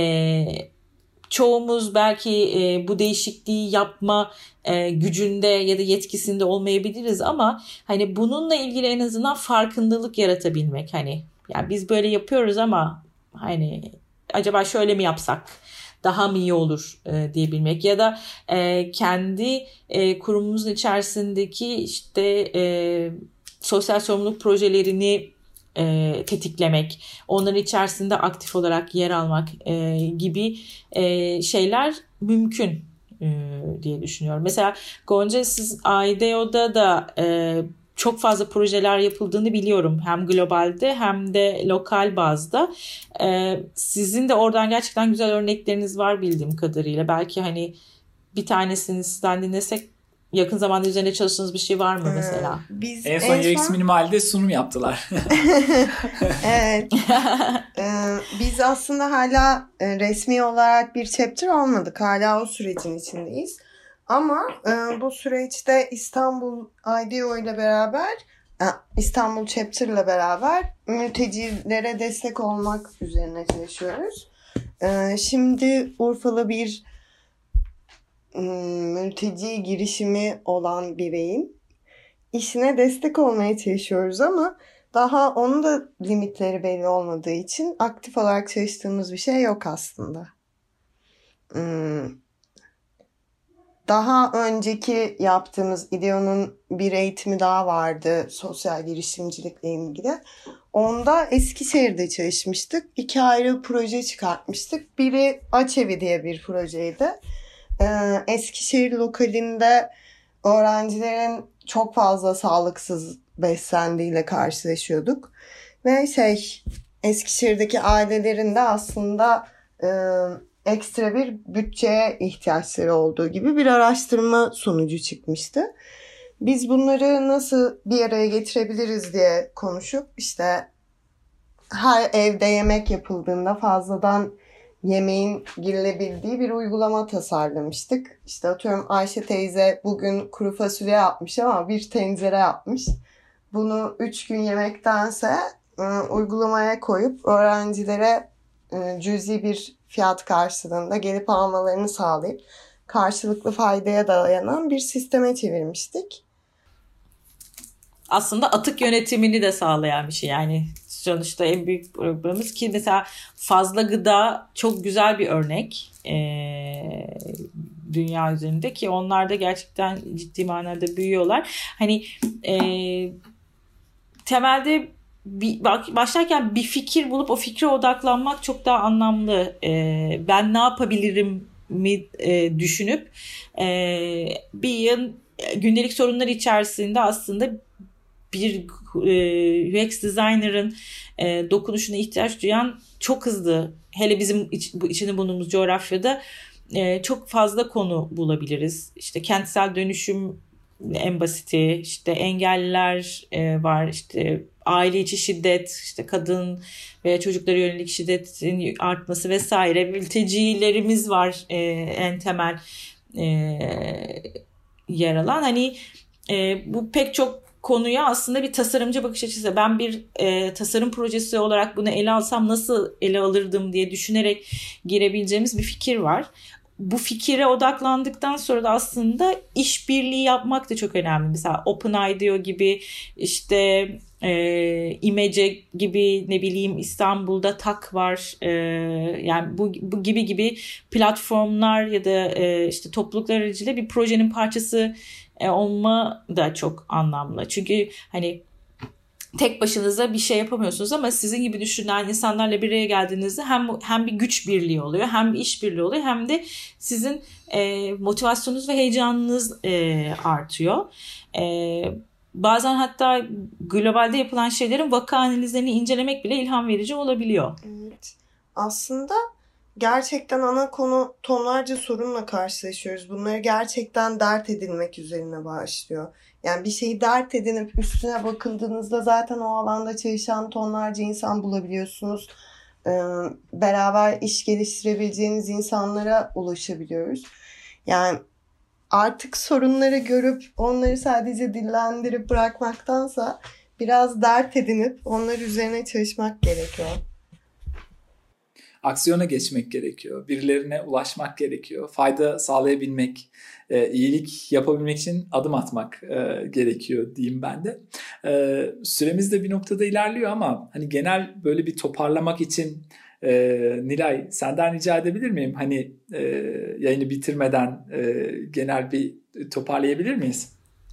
çoğumuz belki bu değişikliği yapma gücünde ya da yetkisinde olmayabiliriz ama hani bununla ilgili en azından farkındalık yaratabilmek, hani yani biz böyle yapıyoruz ama hani acaba şöyle mi yapsak daha mı iyi olur diyebilmek ya da kendi kurumumuzun içerisindeki işte sosyal sorumluluk projelerini tetiklemek, onların içerisinde aktif olarak yer almak gibi şeyler mümkün diye düşünüyorum. Mesela Gonca, siz IDEO'da da çok fazla projeler yapıldığını biliyorum. Hem globalde hem de lokal bazda. Sizin de oradan gerçekten güzel örnekleriniz var bildiğim kadarıyla. Belki hani bir tanesini sizden dinlesek, yakın zamanda üzerine çalıştığınız bir şey var mı mesela? Biz en son UX Minimal'de sunum yaptılar. Evet. Biz aslında hala resmi olarak bir chapter olmadık. Hala o sürecin içindeyiz. Ama bu süreçte İstanbul IDEO ile beraber, İstanbul Chapter ile beraber mültecilere destek olmak üzerine çalışıyoruz. Şimdi Urfalı bir mülteci girişimi olan bireyin işine destek olmaya çalışıyoruz ama daha onun da limitleri belli olmadığı için aktif olarak çalıştığımız bir şey yok aslında. Daha önceki yaptığımız IDEO'nun bir eğitimi daha vardı sosyal girişimcilikle ilgili. Onda Eskişehir'de çalışmıştık. 2 ayrı proje çıkartmıştık. Biri Açevi diye bir projeydi. Eskişehir lokalinde öğrencilerin çok fazla sağlıksız beslendiğiyle karşılaşıyorduk. Ve Eskişehir'deki ailelerin de aslında ekstra bir bütçeye ihtiyaçları olduğu gibi bir araştırma sonucu çıkmıştı. Biz bunları nasıl bir araya getirebiliriz diye konuşup işte her evde yemek yapıldığında fazladan yemeğin girilebildiği bir uygulama tasarlamıştık. İşte atıyorum Ayşe teyze bugün kuru fasulye yapmış ama bir tencere yapmış. Bunu 3 gün yemektense uygulamaya koyup öğrencilere cüzi bir fiyat karşılığında gelip almalarını sağlayıp karşılıklı faydaya dayanan bir sisteme çevirmiştik. Aslında atık yönetimini de sağlayan bir şey. Yani sonuçta en büyük problemimiz ki mesela fazla gıda çok güzel bir örnek dünya üzerinde ki onlar da gerçekten ciddi manada büyüyorlar. Hani temelde başlarken bir fikir bulup o fikre odaklanmak çok daha anlamlı. Ben ne yapabilirim mi düşünüp bir gündelik sorunlar içerisinde aslında bir UX designer'ın dokunuşuna ihtiyaç duyan çok hızlı, hele bizim içinde bulunduğumuz coğrafyada çok fazla konu bulabiliriz. İşte kentsel dönüşüm en basiti, işte engelliler var, işte aile içi şiddet, işte kadın veya çocuklara yönelik şiddetin artması vesaire. Mültecilerimiz var en temel yer alan. Hani bu pek çok konuya aslında bir tasarımcı bakış açısı. Ben bir tasarım projesi olarak bunu ele alsam nasıl ele alırdım diye düşünerek girebileceğimiz bir fikir var. Bu fikire odaklandıktan sonra da aslında işbirliği yapmak da çok önemli. Mesela OpenIDEO gibi işte İmece gibi, ne bileyim İstanbul'da Tak var. Yani bu gibi platformlar ya da işte topluluklar aracılığıyla bir projenin parçası olma da çok anlamlı. Çünkü hani tek başınıza bir şey yapamıyorsunuz ama sizin gibi düşünen insanlarla bir araya geldiğinizde hem bir güç birliği oluyor, hem bir iş birliği oluyor, hem de sizin motivasyonunuz ve heyecanınız artıyor. Bazen hatta globalde yapılan şeylerin vaka analizlerini incelemek bile ilham verici olabiliyor. Evet. Aslında gerçekten ana konu tonlarca sorunla karşılaşıyoruz. Bunları gerçekten dert edilmek üzerine başlıyor. Yani bir şeyi dert edinip üstüne bakıldığınızda zaten o alanda çalışan tonlarca insan bulabiliyorsunuz. Beraber iş geliştirebileceğiniz insanlara ulaşabiliyoruz. Yani artık sorunları görüp onları sadece dillendirip bırakmaktansa biraz dert edinip onlar üzerine çalışmak gerekiyor. Aksiyona geçmek gerekiyor. Birilerine ulaşmak gerekiyor. Fayda sağlayabilmek, iyilik yapabilmek için adım atmak gerekiyor diyeyim ben de. Süremiz de bir noktada ilerliyor ama hani genel böyle bir toparlamak için Nilay, senden rica edebilir miyim? Hani yayını bitirmeden genel bir toparlayabilir miyiz?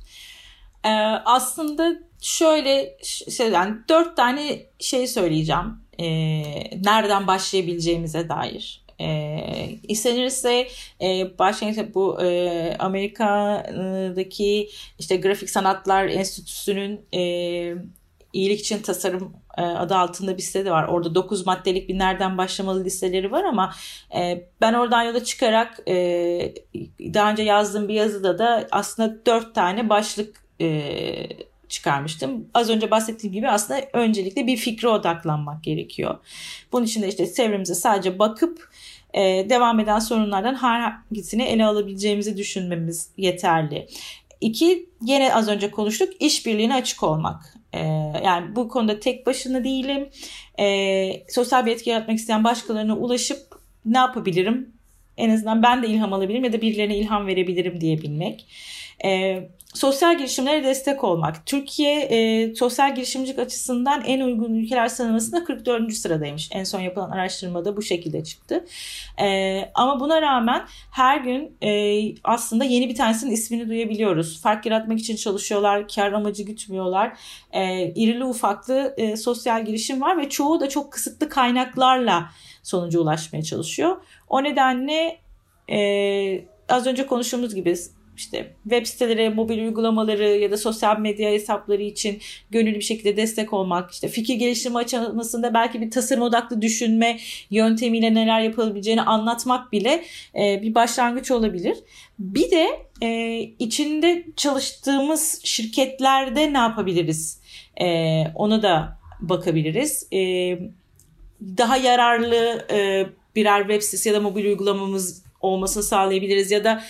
Aslında şöyle yani 4 tane şey söyleyeceğim. Nereden başlayabileceğimize dair. İstenirse başlangıçta bu Amerika'daki işte Grafik Sanatlar Enstitüsü'nün İyilik için Tasarım adı altında bir site de var. Orada 9 maddelik bir nereden başlamalı listeleri var ama ben oradan yola çıkarak daha önce yazdığım bir yazıda da aslında 4 tane başlık çıkarmıştım. Az önce bahsettiğim gibi aslında öncelikle bir fikre odaklanmak gerekiyor. Bunun için de işte çevremize sadece bakıp devam eden sorunlardan hangisini ele alabileceğimizi düşünmemiz yeterli. 2, yine az önce konuştuk, işbirliğine açık olmak. Yani bu konuda tek başına değilim. Sosyal bir etki yaratmak isteyen başkalarına ulaşıp ne yapabilirim? En azından ben de ilham alabilirim ya da birilerine ilham verebilirim diyebilmek. Sosyal girişimlere destek olmak. Türkiye sosyal girişimcilik açısından en uygun ülkeler sıralamasında 44. sıradaymış. En son yapılan araştırmada bu şekilde çıktı. Ama buna rağmen her gün aslında yeni bir tanesinin ismini duyabiliyoruz. Fark yaratmak için çalışıyorlar, kar amacı gütmüyorlar. İrili ufaklı sosyal girişim var ve çoğu da çok kısıtlı kaynaklarla sonuca ulaşmaya çalışıyor. O nedenle az önce konuştuğumuz gibi işte web siteleri, mobil uygulamaları ya da sosyal medya hesapları için gönüllü bir şekilde destek olmak, işte fikir geliştirme aşamasında belki bir tasarım odaklı düşünme yöntemiyle neler yapılabileceğini anlatmak bile bir başlangıç olabilir. Bir de içinde çalıştığımız şirketlerde ne yapabiliriz? Ona da bakabiliriz. Daha yararlı birer web sitesi ya da mobil uygulamamız olmasını sağlayabiliriz ya da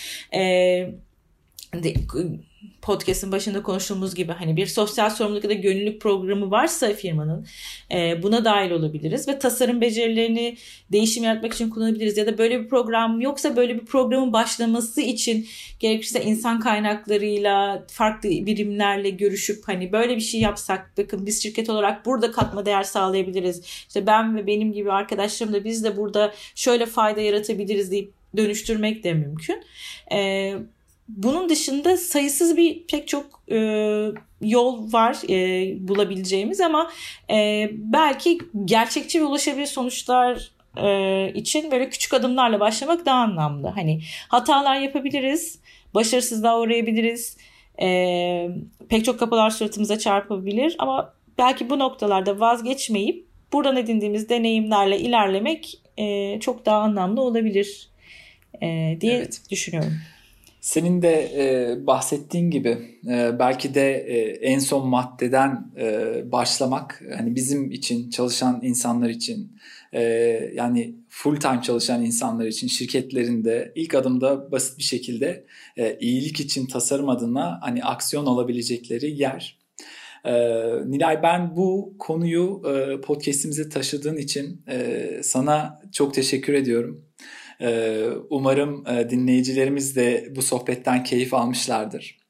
podcast'ın başında konuştuğumuz gibi hani bir sosyal sorumluluk ya da gönüllülük programı varsa firmanın buna dahil olabiliriz ve tasarım becerilerini değişim yaratmak için kullanabiliriz ya da böyle bir program yoksa böyle bir programın başlaması için gerekirse insan kaynaklarıyla farklı birimlerle görüşüp hani böyle bir şey yapsak, bakın biz şirket olarak burada katma değer sağlayabiliriz, işte ben ve benim gibi arkadaşlarım da biz de burada şöyle fayda yaratabiliriz deyip dönüştürmek de mümkün. Bunun dışında sayısız pek çok yol var bulabileceğimiz ama belki gerçekçi ve ulaşabilir sonuçlar için böyle küçük adımlarla başlamak daha anlamlı. Hani hatalar yapabiliriz, başarısızlığa uğrayabiliriz, pek çok kapılar suratımıza çarpabilir ama belki bu noktalarda vazgeçmeyip buradan edindiğimiz deneyimlerle ilerlemek çok daha anlamlı olabilir diye düşünüyorum. Senin de bahsettiğin gibi belki de en son maddeden başlamak hani bizim için çalışan insanlar için yani full time çalışan insanlar için şirketlerinde ilk adımda basit bir şekilde iyilik için tasarım adına hani aksiyon alabilecekleri yer. Nilay, ben bu konuyu podcast'imize taşıdığın için sana çok teşekkür ediyorum. Umarım dinleyicilerimiz de bu sohbetten keyif almışlardır.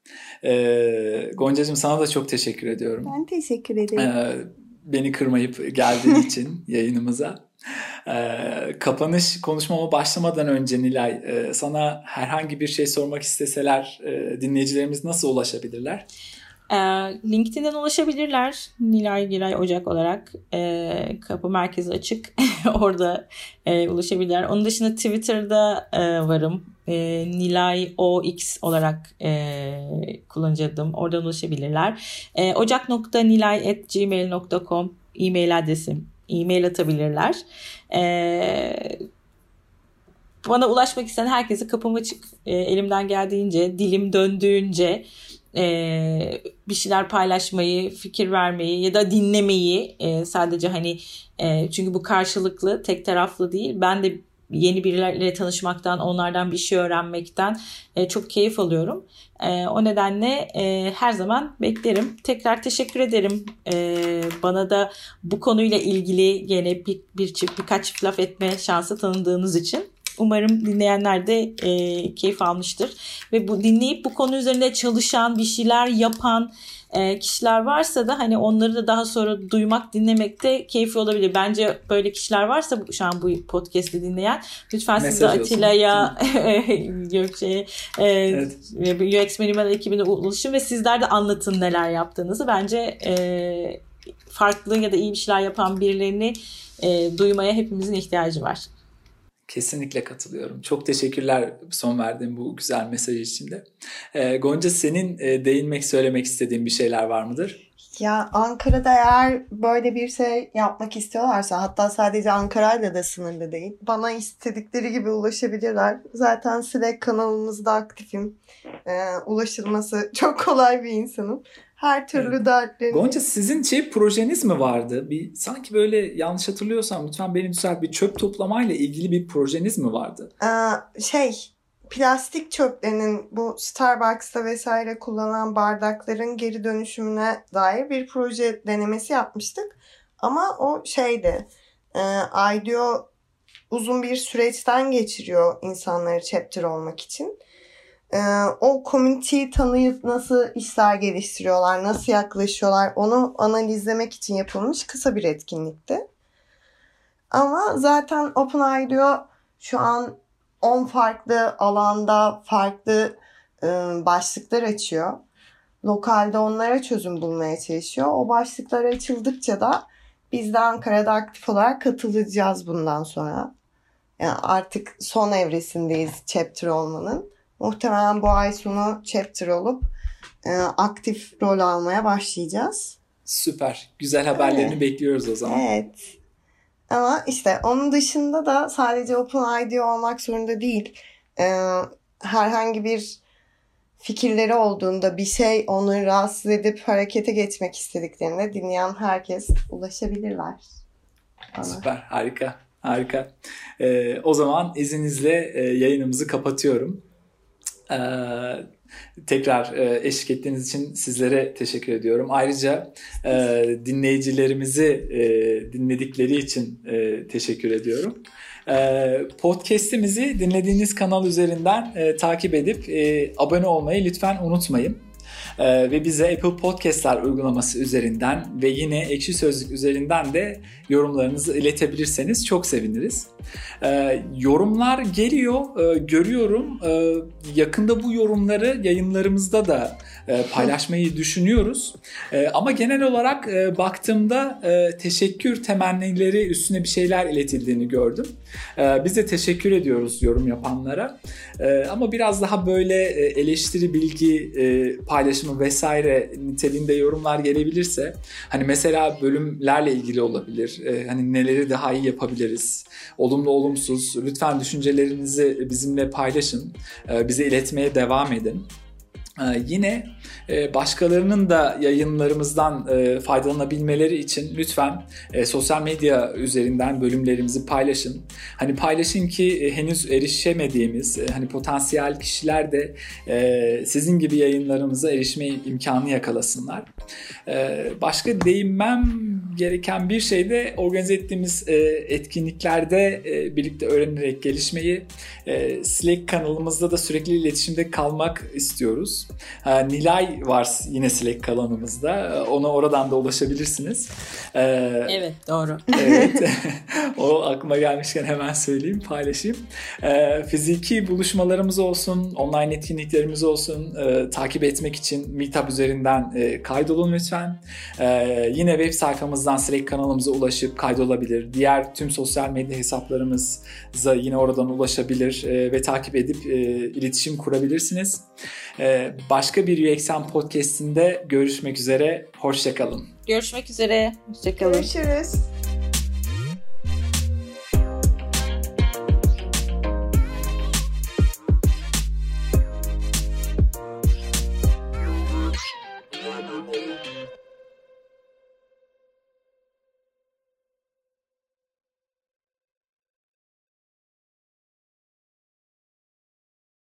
Goncacığım sana da çok teşekkür ediyorum. Ben teşekkür ederim. Beni kırmayıp geldiğin için yayınımıza. Kapanış konuşmama başlamadan önce Nilay, sana herhangi bir şey sormak isteseler dinleyicilerimiz nasıl ulaşabilirler? LinkedIn'den ulaşabilirler. Nilay Giray Ocak olarak. Kapı merkezi açık. Orada ulaşabilirler. Onun dışında Twitter'da varım. Nilay OX olarak kullanıcı adım. Oradan ulaşabilirler. ocak.nilay@gmail.com e-mail adresim. E-mail atabilirler. Bana ulaşmak isteyen herkese kapım açık. Elimden geldiğince, dilim döndüğünce bir şeyler paylaşmayı, fikir vermeyi ya da dinlemeyi, sadece hani çünkü bu karşılıklı, tek taraflı değil. Ben de yeni birileriyle tanışmaktan, onlardan bir şey öğrenmekten çok keyif alıyorum. O nedenle her zaman beklerim. Tekrar teşekkür ederim. Bana da bu konuyla ilgili gene birkaç laf etme şansı tanıdığınız için. Umarım dinleyenler de keyif almıştır. Ve dinleyip bu konu üzerinde çalışan, bir şeyler yapan kişiler varsa da hani onları da daha sonra duymak, dinlemek de keyifli olabilir. Bence böyle kişiler varsa şu an bu podcast'i dinleyen, lütfen siz de Atilla'ya, Gökçe'ye, evet, UX Minimal ekibine ulaşın ve sizler de anlatın neler yaptığınızı. Bence farklı ya da iyi bir şeyler yapan birilerini duymaya hepimizin ihtiyacı var. Kesinlikle katılıyorum. Çok teşekkürler son verdiğin bu güzel mesaj için de. Gonca, senin değinmek, söylemek istediğin bir şeyler var mıdır? Ya Ankara'da eğer böyle bir şey yapmak istiyorlarsa, hatta sadece Ankara'yla da sınırlı değil, bana istedikleri gibi ulaşabilirler. Zaten Slack kanalımızda aktifim. Ulaşılması çok kolay bir insanım. Her türlü dertlerini... Gonca, sizin projeniz mi vardı? Sanki böyle yanlış hatırlıyorsam lütfen beni düzelt. Bir çöp toplamayla ilgili bir projeniz mi vardı? Plastik çöplerinin, bu Starbucks'ta vesaire kullanılan bardakların geri dönüşümüne dair bir proje denemesi yapmıştık. Ama o IDEO uzun bir süreçten geçiriyor insanları chapter olmak için. O community'yi tanıyıp nasıl işler geliştiriyorlar, nasıl yaklaşıyorlar, onu analizlemek için yapılmış kısa bir etkinlikti. Ama zaten OpenIDEO şu an 10 farklı alanda farklı başlıklar açıyor. Lokalde onlara çözüm bulmaya çalışıyor. O başlıklar açıldıkça da biz de Ankara'da aktif olarak katılacağız bundan sonra. Yani artık son evresindeyiz chapter olmanın. Muhtemelen bu ay sonu chapter olup aktif rol almaya başlayacağız. Süper. Güzel haberlerini bekliyoruz o zaman. Evet. Ama işte onun dışında da sadece OpenIDEO olmak zorunda değil. Herhangi bir fikirleri olduğunda, bir şey onu rahatsız edip harekete geçmek istediklerinde dinleyen herkes ulaşabilirler bana. Süper. Harika. O zaman izninizle yayınımızı kapatıyorum. Tekrar eşlik ettiğiniz için sizlere teşekkür ediyorum. Ayrıca dinleyicilerimizi dinledikleri için teşekkür ediyorum. Podcast'imizi dinlediğiniz kanal üzerinden takip edip abone olmayı lütfen unutmayın. Ve bize Apple Podcast'lar uygulaması üzerinden ve yine Ekşi Sözlük üzerinden de yorumlarınızı iletebilirseniz çok seviniriz. Yorumlar geliyor, görüyorum. Yakında bu yorumları yayınlarımızda da paylaşmayı düşünüyoruz. Ama genel olarak baktığımda teşekkür temennileri üstüne bir şeyler iletildiğini gördüm. Biz de teşekkür ediyoruz yorum yapanlara. Ama biraz daha böyle eleştiri, bilgi paylaşımı vesaire niteliğinde yorumlar gelebilirse, hani mesela bölümlerle ilgili olabilir. Hani neleri daha iyi yapabiliriz? Olumlu, olumsuz. Lütfen düşüncelerinizi bizimle paylaşın. Bize iletmeye devam edin. Yine başkalarının da yayınlarımızdan faydalanabilmeleri için lütfen sosyal medya üzerinden bölümlerimizi paylaşın. Hani paylaşın ki henüz erişemediğimiz hani potansiyel kişiler de sizin gibi yayınlarımıza erişme imkanı yakalasınlar. Başka değinmem gereken bir şey de organize ettiğimiz etkinliklerde birlikte öğrenerek gelişmeyi, Slack kanalımızda da sürekli iletişimde kalmak istiyoruz. Nilay var yine Slack kanalımızda. Ona oradan da ulaşabilirsiniz. Evet, doğru. Evet. O aklıma gelmişken hemen söyleyeyim, paylaşayım. Fiziki buluşmalarımız olsun, online etkinliklerimiz olsun, takip etmek için Meetup üzerinden kaydolun lütfen. Yine web sayfamızdan Slack kanalımıza ulaşıp kaydolabilir. Diğer tüm sosyal medya hesaplarımıza yine oradan ulaşabilir ve takip edip iletişim kurabilirsiniz. Başka bir UXM podcast'inde görüşmek üzere. Hoşça kalın. Görüşmek üzere. Hoşça kalın. Görüşürüz.